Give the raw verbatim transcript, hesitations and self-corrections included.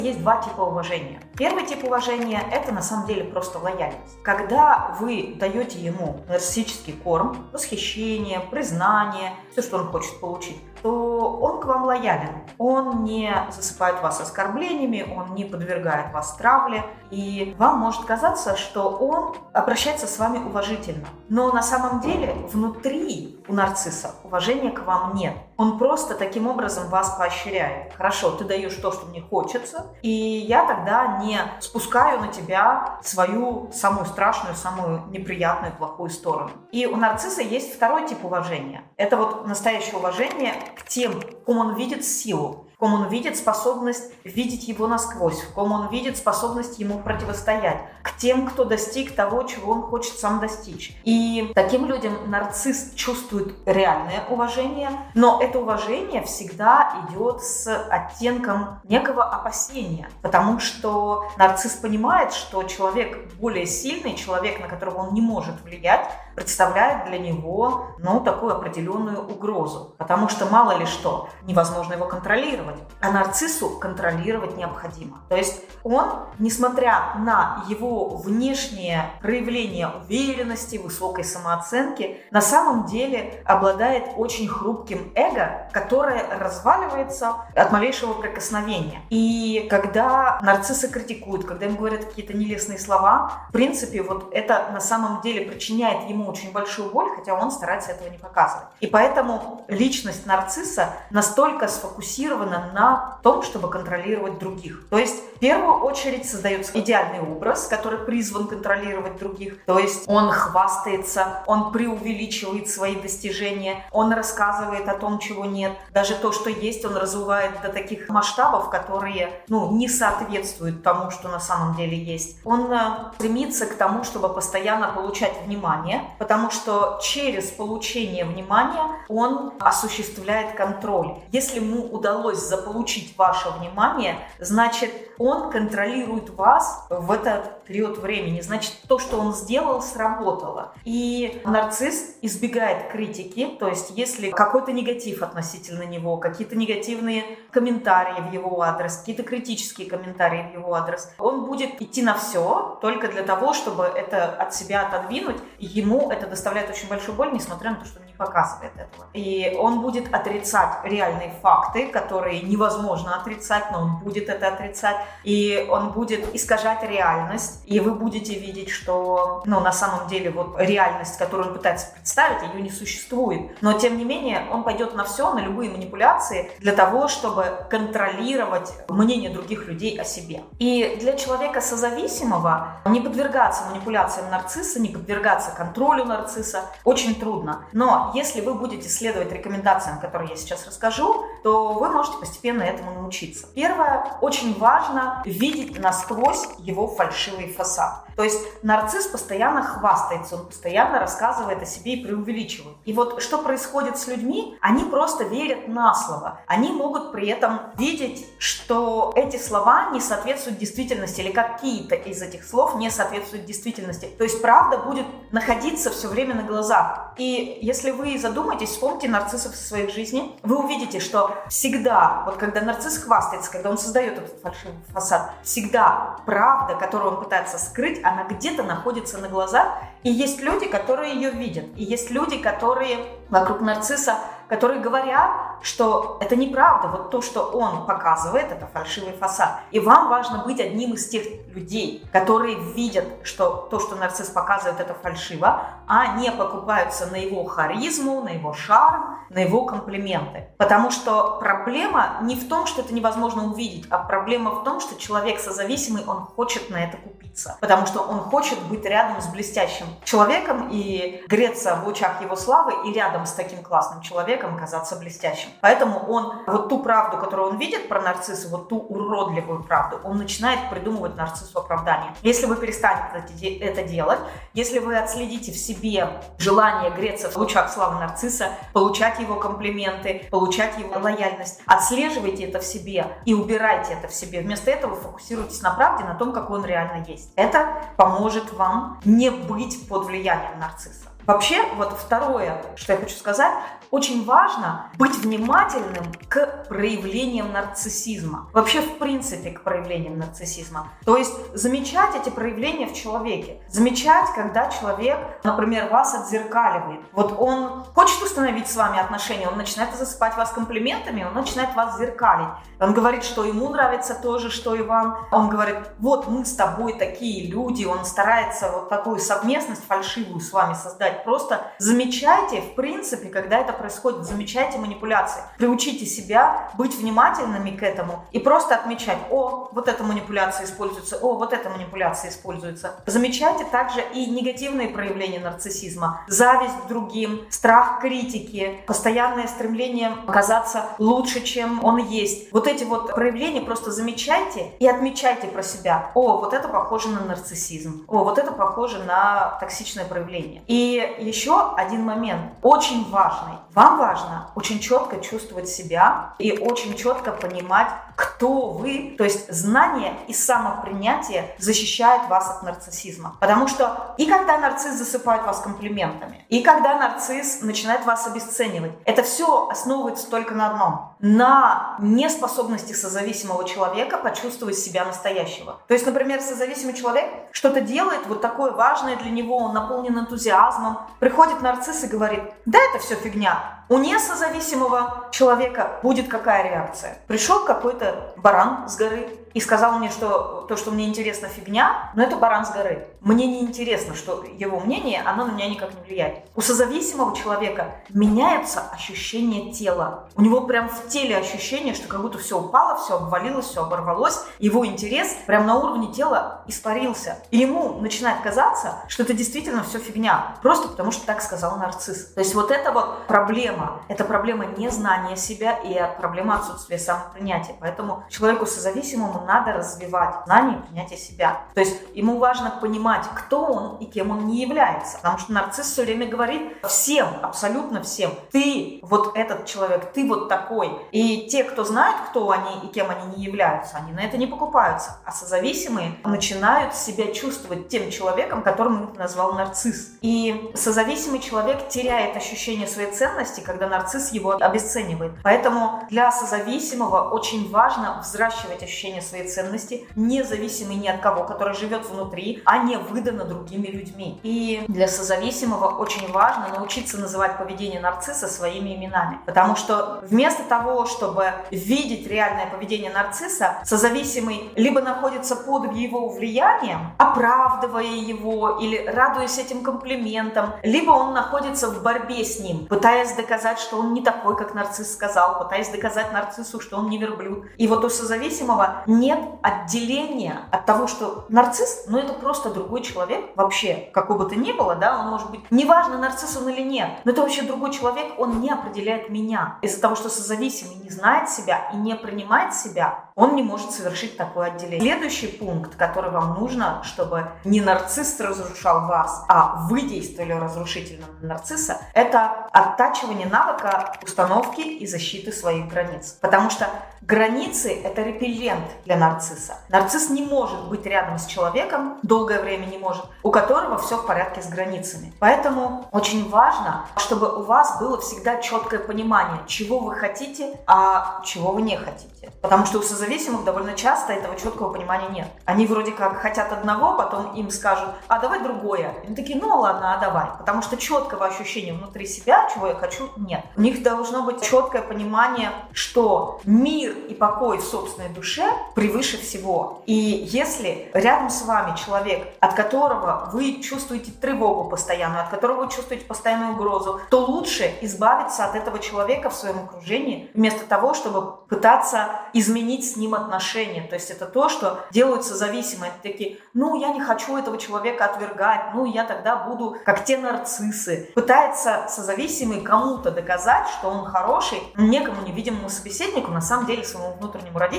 Есть два типа уважения. Первый тип уважения – это на самом деле просто лояльность. Когда вы даете ему нарциссический корм, восхищение, признание, все, что он хочет получить, то он к вам лоялен. Он не засыпает вас оскорблениями, он не подвергает вас травле. И вам может казаться, что он обращается с вами уважительно. Но на самом деле внутри у нарцисса уважения к вам нет. Он просто таким образом вас поощряет. Хорошо, ты даешь то, что мне хочется, и я тогда не спускаю на тебя свою самую страшную, самую неприятную, плохую сторону. И у нарцисса есть второй тип уважения. Это вот настоящее уважение к тем, в ком он видит силу, в ком он видит способность видеть его насквозь, в ком он видит способность ему противостоять, к тем, кто достиг того, чего он хочет сам достичь. И таким людям нарцисс чувствует реальное уважение, но это уважение всегда идет с оттенком некого опасения, потому что нарцисс понимает, что человек более сильный, человек, на которого он не может влиять, представляет для него, ну, такую определенную угрозу, потому что мало ли что, невозможно его контролировать, а нарциссу контролировать необходимо. То есть он, несмотря на его внешнее проявление уверенности, высокой самооценки, на самом деле обладает очень хрупким эго, которое разваливается от малейшего прикосновения. И когда нарцисса критикуют, когда им говорят какие-то нелестные слова, в принципе, вот это на самом деле причиняет ему очень большую боль, хотя он старается этого не показывать. И поэтому личность нарцисса настолько сфокусирована на том, чтобы контролировать других. То есть в первую очередь создается идеальный образ, который призван контролировать других. То есть он хвастается, он преувеличивает свои достижения, он рассказывает о том, чего нет. Даже то, что есть, он развивает до таких масштабов, которые, ну, не соответствуют тому, что на самом деле есть. Он э, стремится к тому, чтобы постоянно получать внимание, потому что через получение внимания он осуществляет контроль. Если ему удалось заполучить ваше внимание, значит, он контролирует вас в этот период времени. Значит, то, что он сделал, сработало. И нарцисс избегает критики, то есть если какой-то негатив относительно него, какие-то негативные комментарии в его адрес, какие-то критические комментарии в его адрес, он будет идти на все только для того, чтобы это от себя отодвинуть. И ему это доставляет очень большую боль, несмотря на то, что он не показывает этого. И он будет отрицать реальные факты, которые невозможно отрицать, но он будет это отрицать. И он будет искажать реальность, и вы будете видеть, что, ну, на самом деле вот реальность, которую он пытается представить, ее не существует. Но, тем не менее, он пойдет на все, на любые манипуляции для того, чтобы контролировать мнение других людей о себе. И для человека созависимого не подвергаться манипуляциям нарцисса, не подвергаться контролю нарцисса очень трудно. Но если вы будете следовать рекомендациям, которые я сейчас расскажу, то вы можете постепенно этому научиться. Первое, очень важно видеть насквозь его фальшивый фасад. То есть нарцисс постоянно хвастается, он постоянно рассказывает о себе и преувеличивает. И вот что происходит с людьми, они просто верят на слово. Они могут при этом видеть, что эти слова не соответствуют действительности, или какие-то из этих слов не соответствуют действительности. То есть правда будет находиться все время на глазах. И если вы задумаетесь, вспомните нарциссов в своей жизни, вы увидите, что всегда, вот когда нарцисс хвастается, когда он создает этот фальшивый фасад, всегда правда, которую он пытается скрыть, она где-то находится на глазах, и есть люди, которые ее видят, и есть люди, которые вокруг нарцисса, которые говорят, что это неправда, вот то, что он показывает, это фальшивый фасад. И вам важно быть одним из тех людей, которые видят, что то, что нарцисс показывает, это фальшиво, а не покупаются на его харизму, на его шарм, на его комплименты. Потому что проблема не в том, что это невозможно увидеть, а проблема в том, что человек созависимый, он хочет на это купиться. Потому что он хочет быть рядом с блестящим человеком и греться в лучах его славы, и рядом с таким классным человеком казаться блестящим. Поэтому он вот ту правду, которую он видит про нарцисса, вот ту уродливую правду, он начинает придумывать нарциссу оправдание. Если вы перестанете это делать, если вы отследите в себе желание греться в лучах славы нарцисса, получать его комплименты, получать его лояльность, отслеживайте это в себе и убирайте это в себе. Вместо этого фокусируйтесь на правде, на том, какой он реально есть. Это поможет вам не быть под влиянием нарцисса. Вообще, вот второе, что я хочу сказать, очень важно быть внимательным к проявлениям нарциссизма. Вообще, в принципе, к проявлениям нарциссизма. То есть замечать эти проявления в человеке. Замечать, когда человек, например, вас отзеркаливает. Вот он хочет установить с вами отношения, он начинает засыпать вас комплиментами, он начинает вас зеркалить. Он говорит, что ему нравится то же, что и вам. Он говорит, вот мы с тобой такие люди. Он старается вот такую совместность фальшивую с вами создать. Просто замечайте, в принципе, когда это происходит, замечайте манипуляции. Приучите себя быть внимательными к этому и просто отмечать, о, вот эта манипуляция используется, о, вот эта манипуляция используется. Замечайте также и негативные проявления нарциссизма. Зависть к другим, страх критики, постоянное стремление казаться лучше, чем он есть. Вот эти вот проявления просто замечайте и отмечайте про себя. О, вот это похоже на нарциссизм. О, вот это похоже на токсичное проявление. И еще один момент, очень важный. Вам важно очень четко чувствовать себя и очень четко понимать, кто вы. То есть знание и самопринятие защищают вас от нарциссизма. Потому что и когда нарцисс засыпает вас комплиментами, и когда нарцисс начинает вас обесценивать, это все основывается только на одном. На неспособности созависимого человека почувствовать себя настоящего. То есть, например, созависимый человек что-то делает, вот такое важное для него, он наполнен энтузиазмом. Приходит нарцисс и говорит, да это все фигня. У несозависимого человека будет какая реакция? Пришел какой-то баран с горы и сказал мне, что то, что мне интересно, фигня, но это баран с горы. Мне не интересно, что его мнение, оно на меня никак не влияет. У созависимого человека меняется ощущение тела. У него прям в теле ощущение, что как будто все упало, все обвалилось, все оборвалось. Его интерес прям на уровне тела испарился. И ему начинает казаться, что это действительно все фигня. Просто потому, что так сказал нарцисс. То есть вот это вот проблема. Это проблема незнания себя и проблема отсутствия самопринятия. Поэтому человеку созависимому надо развивать знание и принятие себя. То есть ему важно понимать, кто он и кем он не является. Потому что нарцисс все время говорит всем, абсолютно всем, ты вот этот человек, ты вот такой. И те, кто знают, кто они и кем они не являются, они на это не покупаются. А созависимые начинают себя чувствовать тем человеком, которым их назвал нарцисс. И созависимый человек теряет ощущение своей ценности, когда нарцисс его обесценивает. Поэтому для созависимого очень важно взращивать ощущение своей ценности, независимый ни от кого, который живет внутри, а не выдано другими людьми. И для созависимого очень важно научиться называть поведение нарцисса своими именами. Потому что вместо того, чтобы видеть реальное поведение нарцисса, созависимый либо находится под его влиянием, оправдывая его или радуясь этим комплиментам, либо он находится в борьбе с ним, пытаясь доказать, что он не такой, как нарцисс сказал, пытаясь доказать нарциссу, что он не верблюд. И вот у созависимого нет отделения от того, что нарцисс, ну это просто другой человек, вообще, какой бы то ни было, да, он может быть, неважно, нарцисс он или нет, но это вообще другой человек, он не определяет меня. Из-за того, что созависимый не знает себя и не принимает себя, он не может совершить такое отделение. Следующий пункт, который вам нужно, чтобы не нарцисс разрушал вас, а вы действовали разрушительно на нарцисса, это оттачивание навыка установки и защиты своих границ. Потому что границы – это репеллент для нарцисса. Нарцисс не может быть рядом с человеком, долгое время не может, у которого все в порядке с границами. Поэтому очень важно, чтобы у вас было всегда четкое понимание, чего вы хотите, а чего вы не хотите. Потому что у созависимых довольно часто этого четкого понимания нет. Они вроде как хотят одного, потом им скажут, а давай другое. И они такие, ну ладно, а давай. Потому что четкого ощущения внутри себя, чего я хочу, нет. У них должно быть четкое понимание, что мир и покой в собственной душе превыше всего. И если рядом с вами человек, от которого вы чувствуете тревогу постоянную, от которого вы чувствуете постоянную угрозу, то лучше избавиться от этого человека в своем окружении, вместо того, чтобы пытаться изменить с ним отношения. То есть это то, что делают созависимые. Они такие, ну я не хочу этого человека отвергать, ну я тогда буду как те нарциссы. Пытается созависимый кому-то доказать, что он хороший, некому невидимому собеседнику, на самом деле своему внутреннему родителю,